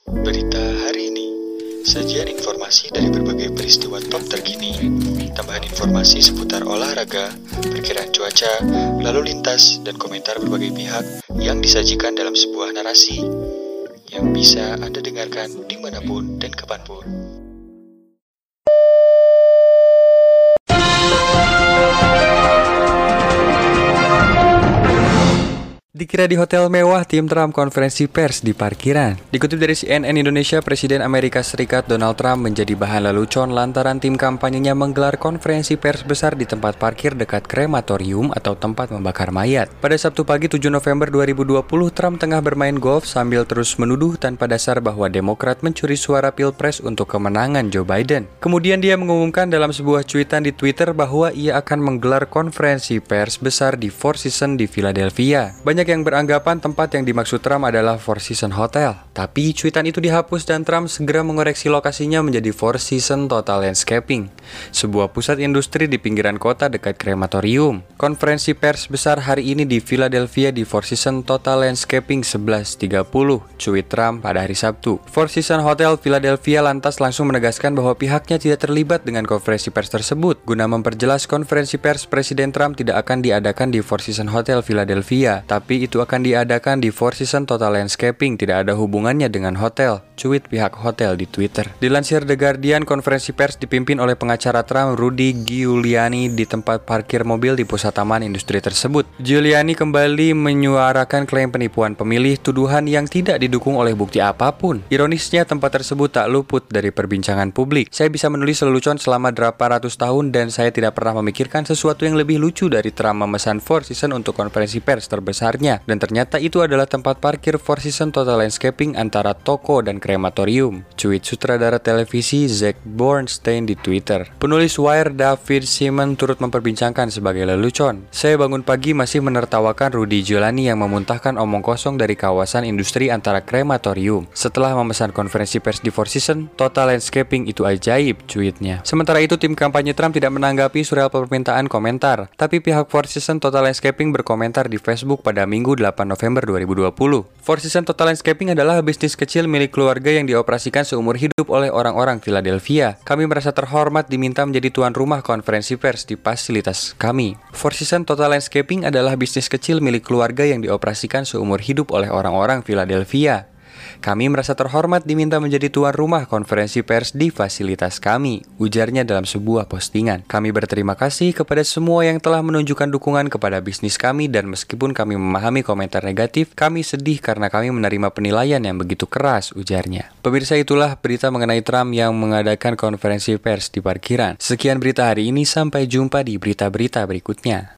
Berita hari ini, sajian informasi dari berbagai peristiwa top terkini, tambahan informasi seputar olahraga, perkiraan cuaca, lalu lintas, dan komentar berbagai pihak yang disajikan dalam sebuah narasi yang bisa Anda dengarkan dimanapun dan kapanpun. Dikira di hotel mewah, tim Trump konferensi pers di parkiran. Dikutip dari CNN Indonesia, Presiden Amerika Serikat Donald Trump menjadi bahan lelucon lantaran tim kampanyenya menggelar konferensi pers besar di tempat parkir dekat krematorium atau tempat membakar mayat. Pada Sabtu pagi 7 November 2020, Trump tengah bermain golf sambil terus menuduh tanpa dasar bahwa Demokrat mencuri suara Pilpres untuk kemenangan Joe Biden. Kemudian dia mengumumkan dalam sebuah cuitan di Twitter bahwa ia akan menggelar konferensi pers besar di Four Seasons di Philadelphia. Banyak yang beranggapan tempat yang dimaksud Trump adalah Four Seasons Hotel. Tapi cuitan itu dihapus dan Trump segera mengoreksi lokasinya menjadi Four Seasons Total Landscaping, sebuah pusat industri di pinggiran kota dekat krematorium. Konferensi pers besar hari ini di Philadelphia di Four Seasons Total Landscaping 11.30, cuit Trump pada hari Sabtu. Four Seasons Hotel Philadelphia lantas langsung menegaskan bahwa pihaknya tidak terlibat dengan konferensi pers tersebut. Guna memperjelas, konferensi pers Presiden Trump tidak akan diadakan di Four Seasons Hotel Philadelphia, tapi itu akan diadakan di Four Seasons Total Landscaping, tidak ada hubungannya dengan hotel, cuit pihak hotel di Twitter. Dilansir The Guardian, konferensi pers dipimpin oleh pengacara Trump, Rudy Giuliani, di tempat parkir mobil di pusat taman industri tersebut. Giuliani kembali menyuarakan klaim penipuan pemilih, tuduhan yang tidak didukung oleh bukti apapun. Ironisnya, tempat tersebut tak luput dari perbincangan publik. Saya bisa menulis lelucon selama 800 tahun dan saya tidak pernah memikirkan sesuatu yang lebih lucu dari Trump memesan Four Seasons untuk konferensi pers terbesarnya. Dan ternyata itu adalah tempat parkir Four Seasons Total Landscaping antara toko dan krematorium, cuit sutradara televisi Zach Bornstein di Twitter. Penulis Wire David Simon turut memperbincangkan sebagai lelucon. Saya bangun pagi masih menertawakan Rudy Giuliani yang memuntahkan omong kosong dari kawasan industri antara krematorium. Setelah memesan konferensi pers di Four Seasons Total Landscaping, itu ajaib, cuitnya. Sementara itu, tim kampanye Trump tidak menanggapi surel permintaan komentar, tapi pihak Four Seasons Total Landscaping berkomentar di Facebook pada Minggu 8 November 2020. Four Seasons Total Landscaping adalah bisnis kecil milik keluarga yang dioperasikan seumur hidup oleh orang-orang Philadelphia. Kami merasa terhormat diminta menjadi tuan rumah konferensi pers di fasilitas kami. Four Seasons Total Landscaping adalah bisnis kecil milik keluarga yang dioperasikan seumur hidup oleh orang-orang Philadelphia. Kami merasa terhormat diminta menjadi tuan rumah konferensi pers di fasilitas kami, ujarnya dalam sebuah postingan. Kami berterima kasih kepada semua yang telah menunjukkan dukungan kepada bisnis kami dan meskipun kami memahami komentar negatif, kami sedih karena kami menerima penilaian yang begitu keras, ujarnya. Pemirsa, itulah berita mengenai Trump yang mengadakan konferensi pers di parkiran. Sekian berita hari ini, sampai jumpa di berita-berita berikutnya.